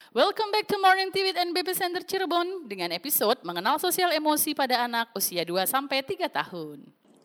Welcome back to Morning Tea with NBP Center Cirebon dengan episode mengenal sosial emosi pada anak usia 2-3 tahun.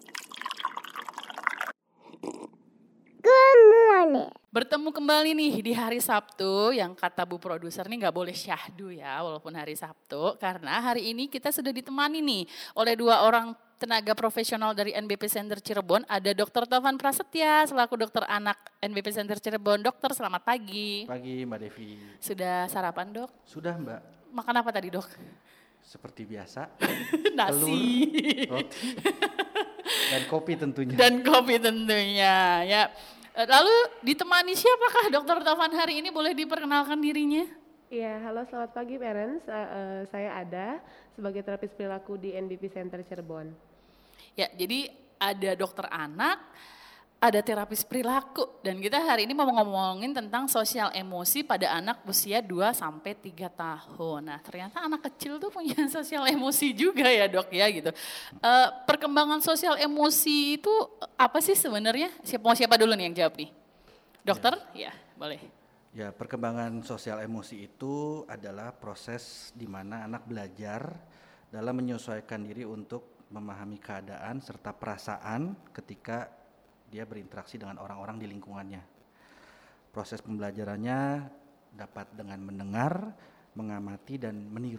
Good morning. Bertemu kembali nih di hari Sabtu yang kata Bu Produser nih gak boleh syahdu ya walaupun hari Sabtu. Karena hari ini kita sudah ditemani nih oleh dua orang tenaga profesional dari NBP Center Cirebon. Ada Dr. Taufan Prasetya selaku dokter anak NBP Center Cirebon. Dokter, selamat pagi. Pagi Mbak Devi. Sudah sarapan, Dok? Sudah Mbak. Makan apa tadi, Dok? Seperti biasa. Nasi. Telur, roti, dan kopi tentunya. Dan kopi tentunya ya. Lalu ditemani siapakah Dr. Taufan hari ini? Boleh diperkenalkan dirinya? Iya, halo selamat pagi parents. Saya Ada sebagai terapis perilaku di NBP Center Cirebon. Ya, jadi ada dokter anak, ada terapis perilaku, dan kita hari ini mau ngomongin tentang sosial emosi pada anak usia 2-3 tahun. Nah, ternyata anak kecil tuh punya sosial emosi juga ya, Dok ya gitu. Perkembangan sosial emosi itu apa sih sebenarnya? Siapa dulu nih yang jawab nih? Dokter? Ya, boleh. Ya, perkembangan sosial emosi itu adalah proses di mana anak belajar dalam menyesuaikan diri untuk memahami keadaan serta perasaan ketika dia berinteraksi dengan orang-orang di lingkungannya. Proses pembelajarannya dapat dengan mendengar, mengamati, dan meniru.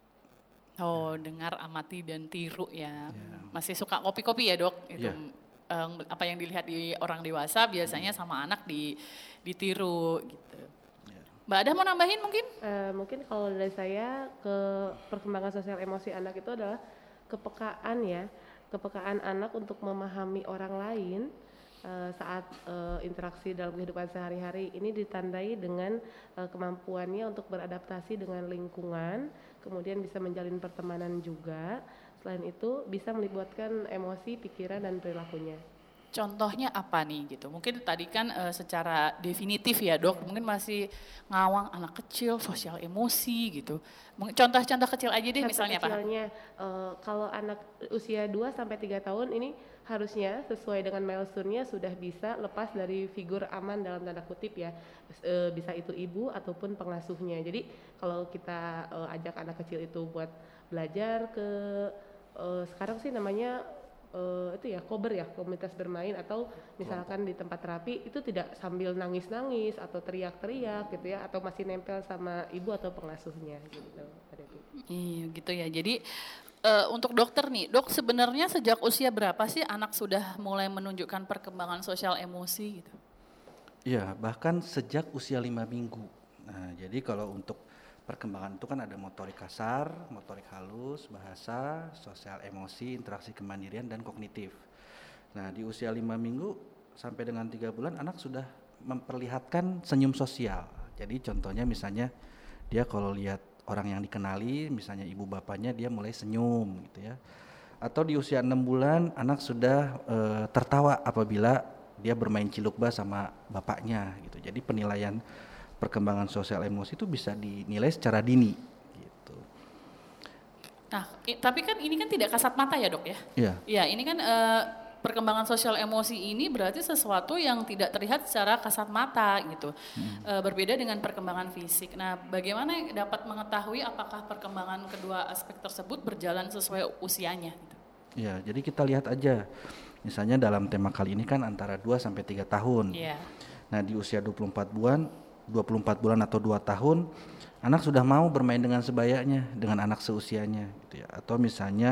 Oh, dengar, amati, dan tiru ya. Masih suka kopi-kopi ya, Dok? Itu apa yang dilihat di orang dewasa biasanya sama anak ditiru gitu. Mbak Ada mau nambahin mungkin? Mungkin kalau dari saya ke perkembangan sosial emosi anak itu adalah kepekaan ya. Kepekaan anak untuk memahami orang lain saat interaksi dalam kehidupan sehari-hari ini ditandai dengan kemampuannya untuk beradaptasi dengan lingkungan, kemudian bisa menjalin pertemanan juga. Selain itu bisa melibatkan emosi, pikiran, dan perilakunya. Contohnya apa nih gitu? Mungkin tadi kan secara definitif ya, Dok, mungkin masih ngawang anak kecil, sosial emosi gitu. Contoh-contoh kecil aja deh, misalnya apa? Kalau anak usia 2-3 tahun ini harusnya sesuai dengan milestone-nya sudah bisa lepas dari figur aman dalam tanda kutip ya. Bisa itu ibu ataupun pengasuhnya. Jadi kalau kita ajak anak kecil itu buat belajar ke sekarang sih namanya itu ya kober ya, komunitas bermain, atau misalkan di tempat terapi itu tidak sambil nangis-nangis atau teriak-teriak gitu ya, atau masih nempel sama ibu atau pengasuhnya gitu. Iya gitu ya. Jadi untuk dokter nih, Dok, sebenarnya sejak usia berapa sih anak sudah mulai menunjukkan perkembangan sosial emosi gitu? Iya, bahkan sejak usia 5 minggu. Nah, jadi kalau untuk perkembangan itu kan ada motorik kasar, motorik halus, bahasa, sosial emosi, interaksi kemandirian, dan kognitif. Nah, di usia 5 minggu sampai dengan 3 bulan anak sudah memperlihatkan senyum sosial. Jadi contohnya misalnya dia kalau lihat orang yang dikenali, misalnya ibu bapaknya, dia mulai senyum gitu ya. Atau di usia 6 bulan anak sudah tertawa apabila dia bermain cilukba sama bapaknya gitu. Jadi penilaian perkembangan sosial emosi itu bisa dinilai secara dini gitu. Nah, tapi kan ini kan tidak kasat mata ya, Dok ya? Iya. Iya, ini kan perkembangan sosial emosi ini berarti sesuatu yang tidak terlihat secara kasat mata gitu. Berbeda dengan perkembangan fisik. Nah, bagaimana dapat mengetahui apakah perkembangan kedua aspek tersebut berjalan sesuai usianya gitu? Iya, jadi kita lihat aja. Misalnya dalam tema kali ini kan antara 2-3 tahun. Iya. Nah, di usia 24 bulan atau 2 tahun anak sudah mau bermain dengan sebayanya dengan anak seusianya gitu ya. Atau misalnya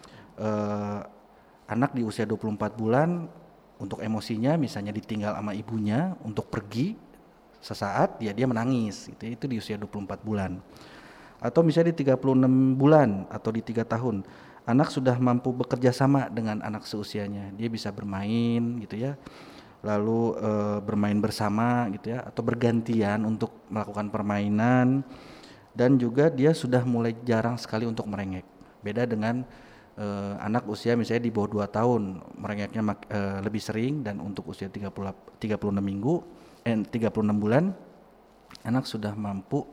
anak di usia 24 bulan untuk emosinya misalnya ditinggal sama ibunya untuk pergi sesaat ya dia menangis gitu. Itu di usia 24 bulan. Atau misalnya di 36 bulan atau di 3 tahun anak sudah mampu bekerja sama dengan anak seusianya. Dia bisa bermain gitu ya. Lalu bermain bersama gitu ya, atau bergantian untuk melakukan permainan, dan juga dia sudah mulai jarang sekali untuk merengek. Beda dengan anak usia misalnya di bawah 2 tahun, merengeknya lebih sering, dan untuk usia 36 bulan anak sudah mampu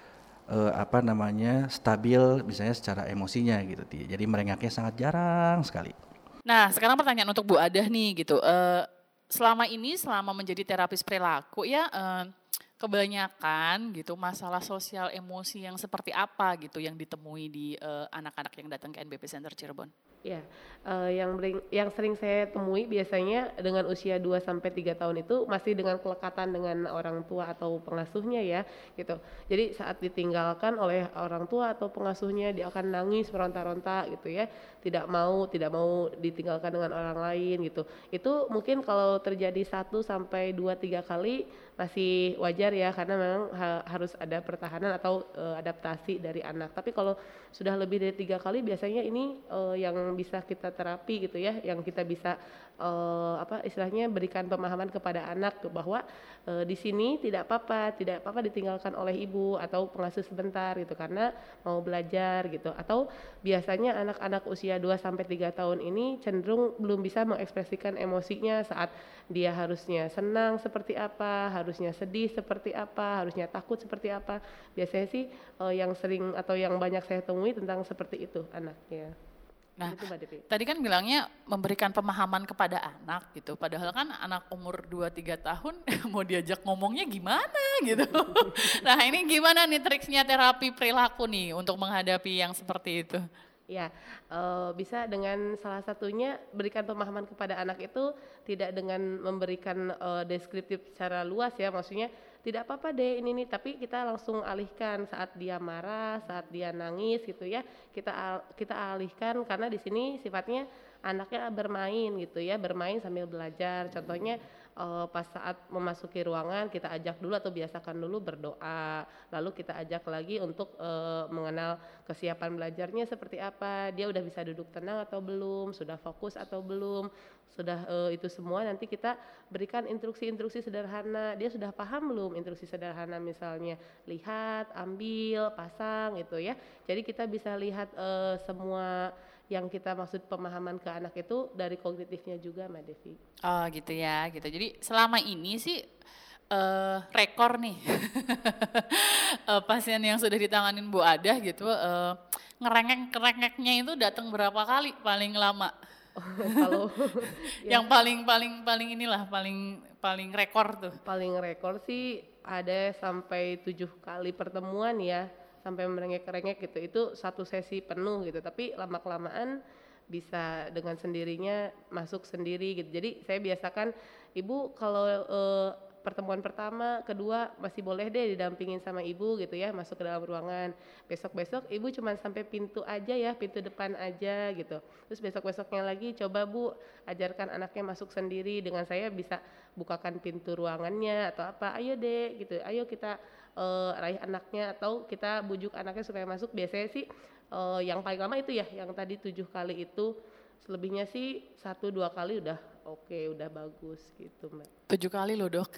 stabil misalnya secara emosinya gitu. Jadi merengeknya sangat jarang sekali. Nah, sekarang pertanyaan untuk Bu Adah nih gitu. Selama menjadi terapis perilaku ya, kebanyakan gitu masalah sosial emosi yang seperti apa gitu yang ditemui di anak-anak yang datang ke NBP Center Cirebon? Ya, yang sering saya temui biasanya dengan usia 2 sampai 3 tahun itu masih dengan kelekatan dengan orang tua atau pengasuhnya ya, gitu. Jadi saat ditinggalkan oleh orang tua atau pengasuhnya dia akan nangis meronta-ronta gitu ya, tidak mau ditinggalkan dengan orang lain gitu. Itu mungkin kalau terjadi 1 sampai 2 3 kali masih wajar ya karena memang harus ada pertahanan atau adaptasi dari anak. Tapi kalau sudah lebih dari 3 kali biasanya ini yang bisa kita terapi gitu ya, yang kita bisa istilahnya berikan pemahaman kepada anak bahwa di sini tidak apa-apa ditinggalkan oleh ibu atau pengasuh sebentar gitu karena mau belajar gitu. Atau biasanya anak-anak usia 2 sampai 3 tahun ini cenderung belum bisa mengekspresikan emosinya saat dia harusnya senang seperti apa, harusnya sedih seperti apa, harusnya takut seperti apa. Biasanya sih yang sering atau yang banyak saya temui tentang seperti itu anaknya. Nah, Itu Mbak Devi. tadi kan bilangnya memberikan pemahaman kepada anak gitu. Padahal kan anak umur 2-3 tahun mau diajak ngomongnya gimana gitu. Nah ini gimana nih triksnya terapi perilaku nih untuk menghadapi yang seperti itu? Ya, bisa dengan salah satunya berikan pemahaman kepada anak itu tidak dengan memberikan deskriptif secara luas ya, maksudnya tidak apa-apa deh ini nih, tapi kita langsung alihkan saat dia marah, saat dia nangis gitu ya, kita alihkan karena di sini sifatnya anaknya bermain gitu ya, bermain sambil belajar. Contohnya pas saat memasuki ruangan kita ajak dulu atau biasakan dulu berdoa, lalu kita ajak lagi untuk mengenal kesiapan belajarnya seperti apa, dia udah bisa duduk tenang atau belum, sudah fokus atau belum, sudah itu semua nanti kita berikan instruksi-instruksi sederhana, dia sudah paham belum instruksi sederhana misalnya lihat, ambil, pasang gitu ya. Jadi kita bisa lihat semua yang kita maksud pemahaman ke anak itu dari kognitifnya juga Mbak Devi. Oh gitu ya gitu. Jadi selama ini sih rekor nih pasien yang sudah ditanganin Bu Adah gitu ngerengek-ngerengeknya itu datang berapa kali paling lama? Kalau Yang paling inilah paling rekor tuh. paling rekor sih ada sampai 7 kali pertemuan ya, sampai merengek-rengek gitu. Itu satu sesi penuh gitu. Tapi lama-kelamaan bisa dengan sendirinya masuk sendiri gitu. Jadi saya biasakan ibu kalau pertemuan pertama, kedua masih boleh deh didampingin sama ibu gitu ya, masuk ke dalam ruangan. Besok-besok ibu cuma sampai pintu aja ya, pintu depan aja gitu. Terus besok-besoknya lagi coba Bu ajarkan anaknya masuk sendiri, dengan saya bisa bukakan pintu ruangannya atau apa. Ayo deh gitu, ayo kita raih anaknya atau kita bujuk anaknya supaya masuk. Biasanya sih yang paling lama itu ya, yang tadi 7 kali itu. Selebihnya sih 1-2 kali udah oke, udah bagus gitu Mbak. 7 kali loh dok,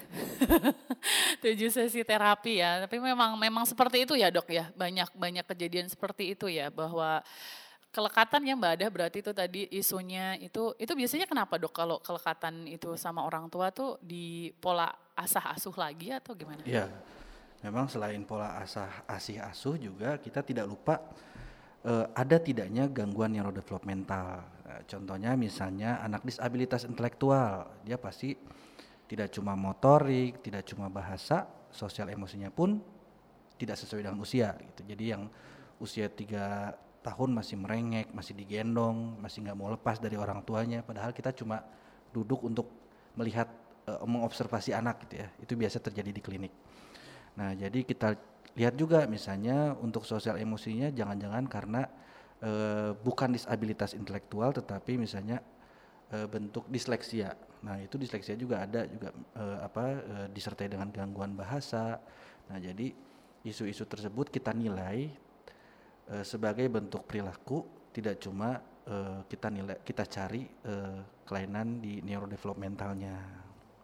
7 sesi terapi ya. Tapi memang seperti itu ya dok ya. Banyak kejadian seperti itu ya, bahwa kelekatan ya Mbak Ada berarti itu tadi isunya itu biasanya kenapa dok kalau kelekatan itu sama orang tua tuh di pola asah asuh lagi atau gimana? Iya, memang selain pola asih asuh juga kita tidak lupa ada tidaknya gangguan neurodevelopmental. Contohnya misalnya anak disabilitas intelektual, dia pasti tidak cuma motorik, tidak cuma bahasa, sosial emosinya pun tidak sesuai dengan usia gitu. Jadi yang usia 3 tahun masih merengek, masih digendong, masih nggak mau lepas dari orang tuanya, padahal kita cuma duduk untuk melihat, mengobservasi anak gitu ya. Itu biasa terjadi di klinik. Nah, jadi kita lihat juga misalnya untuk sosial emosinya jangan-jangan karena bukan disabilitas intelektual tetapi misalnya bentuk disleksia. Nah, itu disleksia juga ada juga disertai dengan gangguan bahasa. Nah, jadi isu-isu tersebut kita nilai sebagai bentuk perilaku, tidak cuma kita cari kelainan di neurodevelopmentalnya.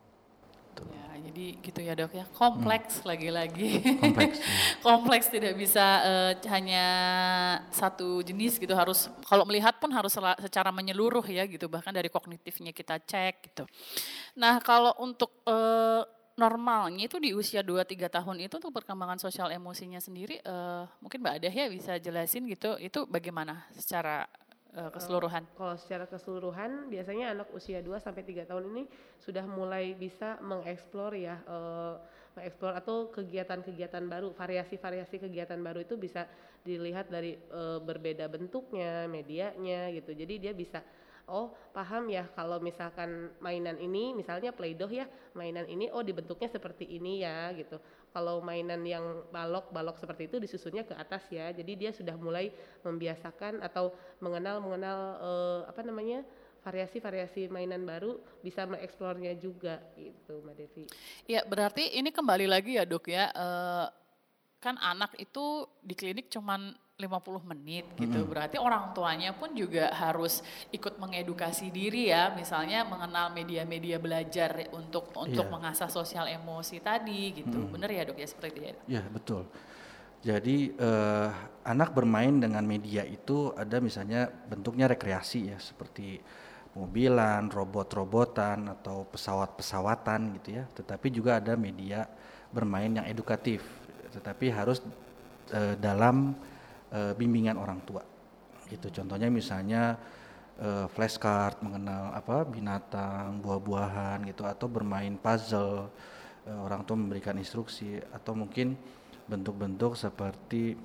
Ya, jadi gitu ya dok ya, kompleks lagi-lagi. Kompleks. Kompleks, tidak bisa hanya satu jenis gitu, harus kalau melihat pun harus secara menyeluruh ya gitu, bahkan dari kognitifnya kita cek gitu. Nah kalau untuk normalnya itu di usia 2-3 tahun itu untuk perkembangan sosial emosinya sendiri, mungkin Mbak Adah ya bisa jelasin gitu, itu bagaimana secara keseluruhan? Kalau secara keseluruhan biasanya anak usia 2 sampai 3 tahun ini sudah mulai bisa mengeksplor ya mengeksplor atau kegiatan-kegiatan baru, variasi-variasi kegiatan baru itu bisa dilihat dari berbeda bentuknya, medianya gitu. Jadi dia bisa paham ya kalau misalkan mainan ini misalnya Play-Doh ya, mainan ini dibentuknya seperti ini ya gitu. Kalau mainan yang balok seperti itu disusunnya ke atas ya. Jadi dia sudah mulai membiasakan atau mengenal variasi-variasi mainan baru, bisa mengeksplornya juga gitu Mbak Devi. Ya berarti ini kembali lagi ya Dok ya, kan anak itu di klinik cuman 50 menit gitu. Berarti orang tuanya pun juga harus ikut mengedukasi diri ya, misalnya mengenal media-media belajar untuk mengasah sosial emosi tadi gitu. Bener ya Dok ya seperti itu ya? Ya betul. Jadi anak bermain dengan media itu ada misalnya bentuknya rekreasi ya, seperti mobilan, robot-robotan atau pesawat-pesawatan gitu ya. Tetapi juga ada media bermain yang edukatif, tetapi harus dalam bimbingan orang tua gitu. Contohnya misalnya flashcard mengenal binatang, buah-buahan gitu, atau bermain puzzle, orang tua memberikan instruksi, atau mungkin bentuk-bentuk seperti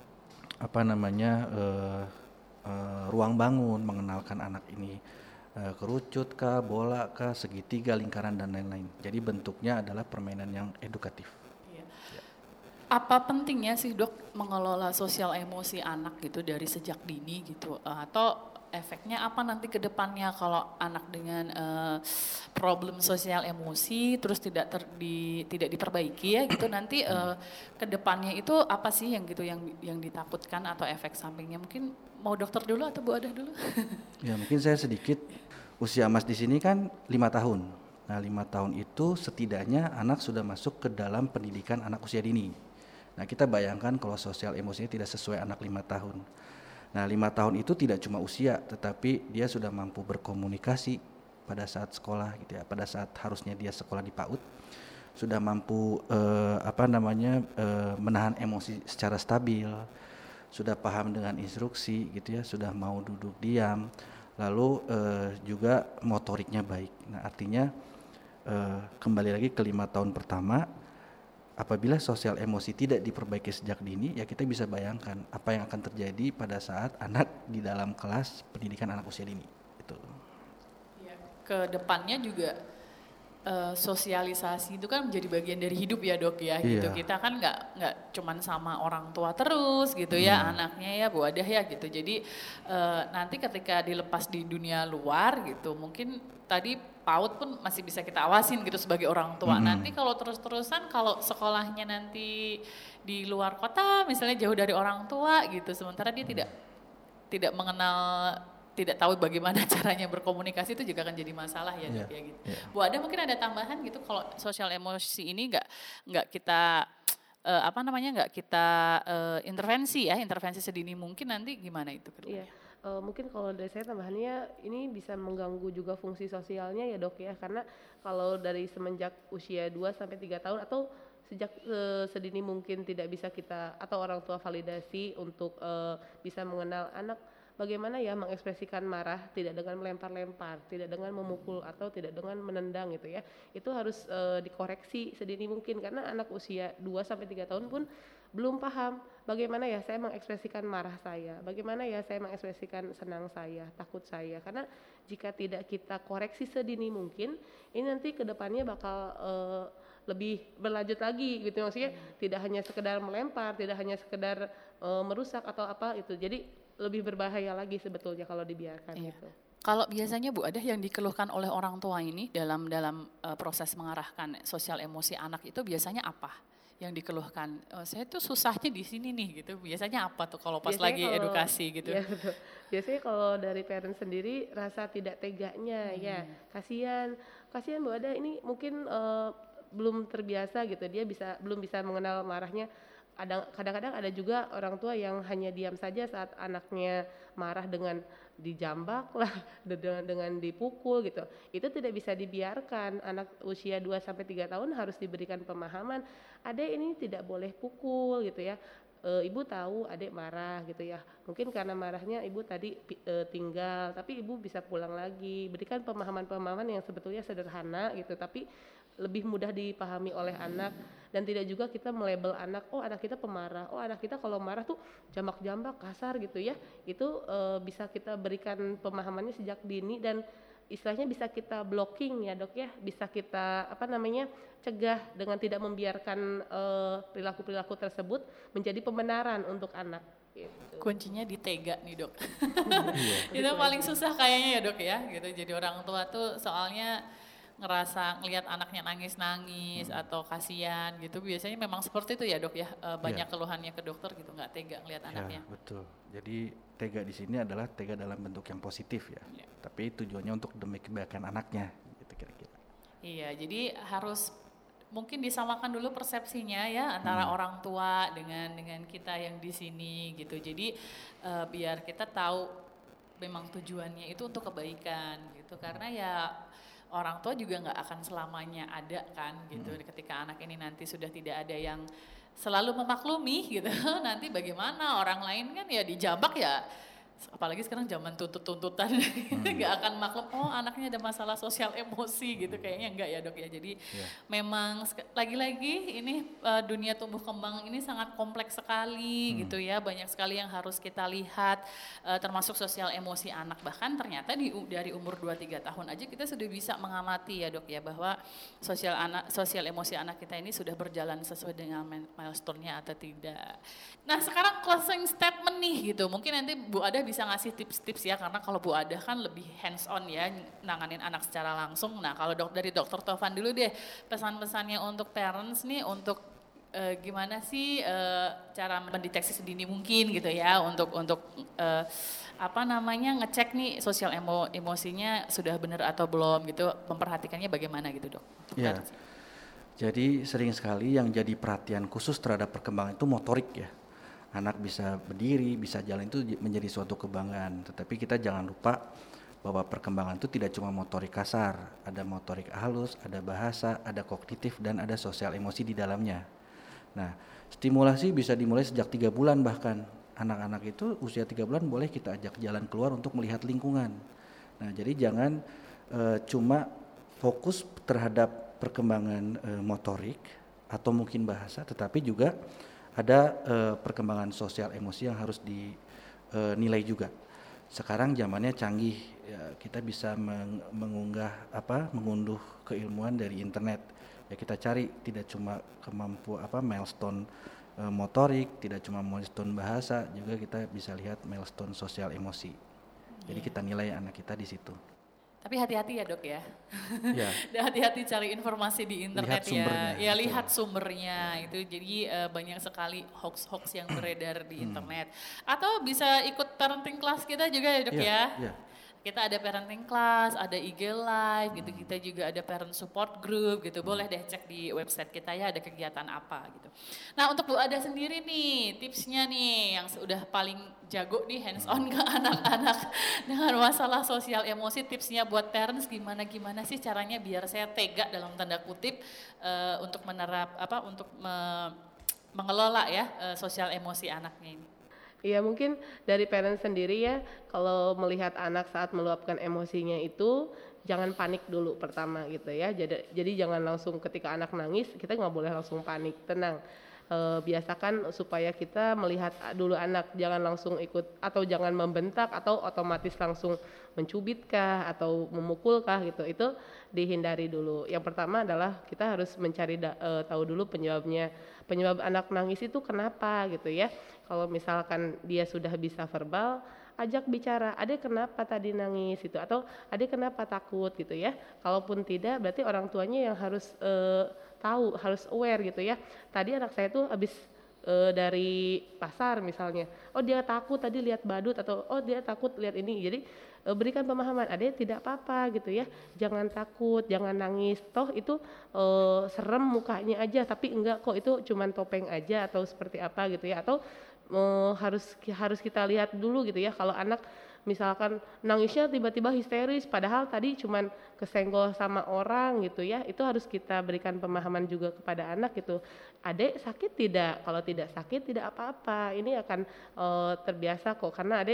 ruang bangun, mengenalkan anak ini kerucut kah, bola kah, segitiga, lingkaran dan lain-lain. Jadi bentuknya adalah permainan yang edukatif. Apa pentingnya sih Dok mengelola sosial emosi anak gitu dari sejak dini gitu, atau efeknya apa nanti ke depannya kalau anak dengan problem sosial emosi terus tidak diperbaiki ya gitu, nanti ke depannya itu apa sih yang gitu yang ditakutkan atau efek sampingnya? Mungkin mau dokter dulu atau Bu Adah dulu? Ya mungkin saya sedikit, usia Mas di sini kan 5 tahun. Nah 5 tahun itu setidaknya anak sudah masuk ke dalam pendidikan anak usia dini. Nah kita bayangkan kalau sosial emosinya tidak sesuai anak 5 tahun. Nah 5 tahun itu tidak cuma usia, tetapi dia sudah mampu berkomunikasi pada saat sekolah gitu ya, pada saat harusnya dia sekolah di PAUD, sudah mampu menahan emosi secara stabil, sudah paham dengan instruksi gitu ya, sudah mau duduk diam, lalu juga motoriknya baik. Nah artinya kembali lagi ke 5 tahun pertama, apabila sosial emosi tidak diperbaiki sejak dini, ya kita bisa bayangkan apa yang akan terjadi pada saat anak di dalam kelas pendidikan anak usia dini. Itu. Ya, ke depannya juga sosialisasi itu kan menjadi bagian dari hidup ya Dok ya gitu. Kita kan nggak cuman sama orang tua terus gitu ya, anaknya ya Bu Adah ya gitu. Jadi nanti ketika dilepas di dunia luar gitu, mungkin tadi PAUD pun masih bisa kita awasin gitu sebagai orang tua. Nanti kalau terus-terusan kalau sekolahnya nanti di luar kota misalnya jauh dari orang tua gitu, sementara dia tidak mengenal, tidak tahu bagaimana caranya berkomunikasi, itu juga akan jadi masalah ya Dok ya gitu. Bu Ada mungkin ada tambahan gitu kalau sosial emosi ini nggak kita nggak kita intervensi sedini mungkin, nanti gimana itu ke depannya? Mungkin kalau dari saya tambahannya ini bisa mengganggu juga fungsi sosialnya ya Dok ya, karena kalau dari semenjak usia 2 sampai 3 tahun atau sejak sedini mungkin tidak bisa kita atau orang tua validasi untuk bisa mengenal anak bagaimana ya mengekspresikan marah, tidak dengan melempar-lempar, tidak dengan memukul atau tidak dengan menendang gitu ya. Itu harus dikoreksi sedini mungkin, karena anak usia 2 sampai 3 tahun pun belum paham bagaimana ya saya mengekspresikan marah saya, bagaimana ya saya mengekspresikan senang saya, takut saya. Karena jika tidak kita koreksi sedini mungkin, ini nanti kedepannya bakal lebih berlanjut lagi gitu, maksudnya tidak hanya sekedar melempar, tidak hanya sekedar merusak atau apa itu. Jadi lebih berbahaya lagi sebetulnya kalau dibiarkan gitu. Kalau biasanya Bu Ada yang dikeluhkan oleh orang tua ini dalam proses mengarahkan sosial emosi anak itu biasanya apa yang dikeluhkan? Saya tuh susahnya di sini nih gitu. Biasanya apa tuh kalau pas lagi edukasi gitu? Ya, betul. Biasanya kalau dari parent sendiri rasa tidak teganya ya, kasihan Bu Ada ini mungkin belum terbiasa gitu, dia belum bisa mengenal marahnya. Kadang-kadang ada juga orang tua yang hanya diam saja saat anaknya marah dengan dijambak lah, dengan dipukul gitu. Itu tidak bisa dibiarkan. Anak usia 2 sampai 3 tahun harus diberikan pemahaman, Adek ini tidak boleh pukul gitu ya. Ibu tahu adik marah gitu ya, mungkin karena marahnya ibu tadi tinggal, tapi ibu bisa pulang lagi. Berikan pemahaman-pemahaman yang sebetulnya sederhana gitu, tapi lebih mudah dipahami oleh anak, dan tidak juga kita melabel anak, oh anak kita pemarah, oh anak kita kalau marah tuh jambak-jambak kasar gitu ya. Itu bisa kita berikan pemahamannya sejak dini, dan istilahnya bisa kita blocking ya dok ya, bisa kita cegah dengan tidak membiarkan perilaku-perilaku tersebut menjadi pembenaran untuk anak gitu. Kuncinya di tega nih dok. Iya. Itu paling susah kayaknya ya dok ya, gitu. Jadi orang tua tuh soalnya ngerasa ngelihat anaknya nangis-nangis atau kasihan gitu, biasanya memang seperti itu ya dok ya, banyak keluhannya ke dokter gitu, nggak tega ngelihat anaknya. Ya, betul. Jadi tega di sini adalah tega dalam bentuk yang positif ya. Tapi tujuannya untuk demi kebaikan anaknya gitu kira-kira. Iya, jadi harus mungkin disamakan dulu persepsinya ya antara orang tua dengan kita yang di sini gitu. Jadi biar kita tahu memang tujuannya itu untuk kebaikan gitu, karena ya orang tua juga nggak akan selamanya ada kan gitu. Ketika anak ini nanti sudah tidak ada yang selalu memaklumi gitu, nanti bagaimana orang lain kan ya dijambak ya, apalagi sekarang zaman tuntut-tuntutan, nggak akan maklum, oh anaknya ada masalah sosial emosi gitu, kayaknya enggak ya dok ya. Jadi memang lagi-lagi ini dunia tumbuh kembang ini sangat kompleks sekali gitu ya, banyak sekali yang harus kita lihat, termasuk sosial emosi anak. Bahkan ternyata dari umur 2-3 tahun aja kita sudah bisa mengamati ya dok ya, bahwa sosial emosi anak kita ini sudah berjalan sesuai dengan milestone-nya atau tidak. Nah sekarang closing statement nih gitu, mungkin nanti Bu Ada bisa ngasih tips-tips ya, karena kalau Bu Ada kan lebih hands on ya nanganin anak secara langsung. Nah kalau dari Dokter Tovan dulu deh, pesan-pesannya untuk parents nih, untuk gimana sih cara mendeteksi sedini mungkin gitu ya, untuk ngecek nih sosial emosinya sudah benar atau belum gitu, memperhatikannya bagaimana gitu dok? Ya. Jadi sering sekali yang jadi perhatian khusus terhadap perkembangan itu motorik ya. Anak bisa berdiri, bisa jalan itu menjadi suatu kebanggaan. Tetapi kita jangan lupa bahwa perkembangan itu tidak cuma motorik kasar, ada motorik halus, ada bahasa, ada kognitif, dan ada sosial emosi di dalamnya. Nah, stimulasi bisa dimulai sejak 3 bulan bahkan. Anak-anak itu usia 3 bulan boleh kita ajak jalan keluar untuk melihat lingkungan. Nah, jadi jangan cuma fokus terhadap perkembangan motorik atau mungkin bahasa, tetapi juga ada perkembangan sosial emosi yang harus dinilai juga. Sekarang zamannya canggih, ya, kita bisa mengunduh keilmuan dari internet. Ya kita cari tidak cuma milestone motorik, tidak cuma milestone bahasa, juga kita bisa lihat milestone sosial emosi. Jadi kita nilai anak kita di situ. Tapi hati-hati ya dok ya, Ya. hati-hati cari informasi di internet lihat betul. sumbernya itu. Jadi banyak sekali hoax yang beredar di internet. Atau bisa ikut parenting class kita juga ya dok ya. Kita ada parenting class, ada IG live gitu, kita juga ada parent support group gitu. Boleh deh cek di website kita ya, ada kegiatan apa gitu. Nah untuk Bu Ada sendiri nih, tipsnya nih yang sudah paling jago nih hands on ke anak-anak dengan masalah sosial emosi, tipsnya buat parents gimana sih caranya biar saya tega dalam tanda kutip untuk mengelola ya sosial emosi anaknya ini. Iya mungkin dari parent sendiri ya, kalau melihat anak saat meluapkan emosinya itu jangan panik dulu pertama gitu ya. Jadi jangan langsung ketika anak nangis kita nggak boleh langsung panik, tenang. Biasakan supaya kita melihat dulu anak, jangan langsung ikut atau jangan membentak atau otomatis langsung mencubitkah atau memukulkah gitu, itu dihindari dulu. Yang pertama adalah kita harus mencari tahu dulu penyebab anak nangis itu kenapa gitu ya. Kalau misalkan dia sudah bisa verbal, ajak bicara, adek kenapa tadi nangis gitu, atau adek kenapa takut gitu ya. Kalaupun tidak, berarti orang tuanya yang harus tahu, harus aware gitu ya. Tadi anak saya tuh habis dari pasar misalnya, oh dia takut tadi lihat badut, atau oh dia takut lihat ini. Jadi berikan pemahaman, adek tidak apa-apa gitu ya, jangan takut, jangan nangis, toh itu serem mukanya aja, tapi enggak kok, itu cuman topeng aja atau seperti apa gitu ya. Atau harus kita lihat dulu gitu ya, kalau anak misalkan nangisnya tiba-tiba histeris padahal tadi cuman kesenggol sama orang gitu ya, itu harus kita berikan pemahaman juga kepada anak gitu. Adek sakit tidak? Kalau tidak sakit tidak apa-apa, ini akan terbiasa kok, karena adek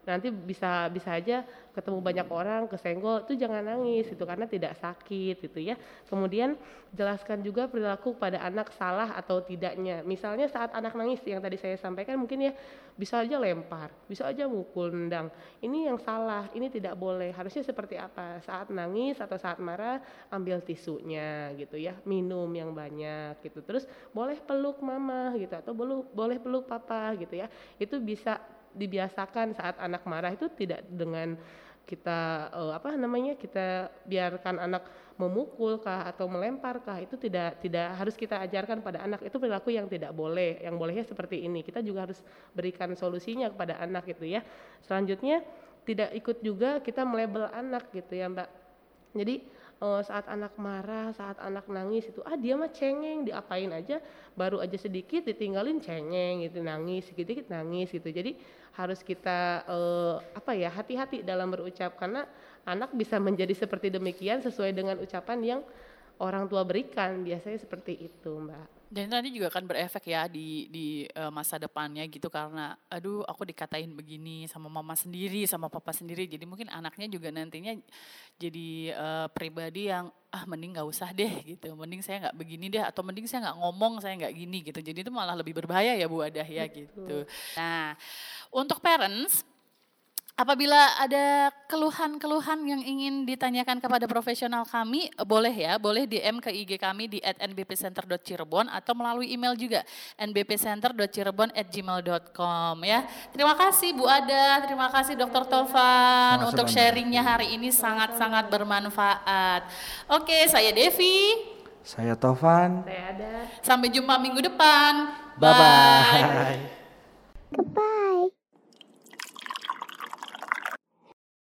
nanti bisa aja ketemu banyak orang kesenggol, itu jangan nangis itu karena tidak sakit gitu ya. Kemudian jelaskan juga perilaku pada anak salah atau tidaknya. Misalnya saat anak nangis yang tadi saya sampaikan mungkin ya bisa aja lempar, bisa aja mukul, nendang. Ini yang salah, ini tidak boleh. Harusnya seperti apa? Saat nangis atau saat marah ambil tisunya gitu ya, minum yang banyak gitu. Terus boleh peluk mama gitu atau boleh peluk papa gitu ya. Itu bisa dibiasakan saat anak marah itu tidak dengan kita kita biarkan anak memukul kah atau melempar kah, itu tidak harus kita ajarkan pada anak. Itu perilaku yang tidak boleh, yang bolehnya seperti ini. Kita juga harus berikan solusinya kepada anak gitu ya. Selanjutnya tidak ikut juga kita melabel anak gitu ya Mbak. Jadi saat anak marah, saat anak nangis itu dia mah cengeng, diapain aja baru aja sedikit ditinggalin cengeng gitu, nangis sedikit nangis gitu. Jadi harus kita hati-hati dalam berucap karena anak bisa menjadi seperti demikian sesuai dengan ucapan yang orang tua berikan, biasanya seperti itu Mbak. Dan nanti juga akan berefek ya di masa depannya gitu, karena aduh aku dikatain begini sama mama sendiri, sama papa sendiri. Jadi mungkin anaknya juga nantinya jadi pribadi yang mending gak usah deh gitu, mending saya gak begini deh, atau mending saya gak ngomong, saya gak gini gitu. Jadi itu malah lebih berbahaya ya Bu Adah ya gitu. Nah untuk parents, apabila ada keluhan-keluhan yang ingin ditanyakan kepada profesional kami, boleh DM ke IG kami di @nbpcenter.cirebon atau melalui email juga nbpcenter.cirebon@gmail.com ya. Terima kasih Bu Ada, terima kasih Dr. Tovan untuk sharingnya hari ini sangat-sangat bermanfaat. Oke, saya Devi. Saya Tovan. Saya Ada. Sampai jumpa minggu depan. Bye-bye. Goodbye.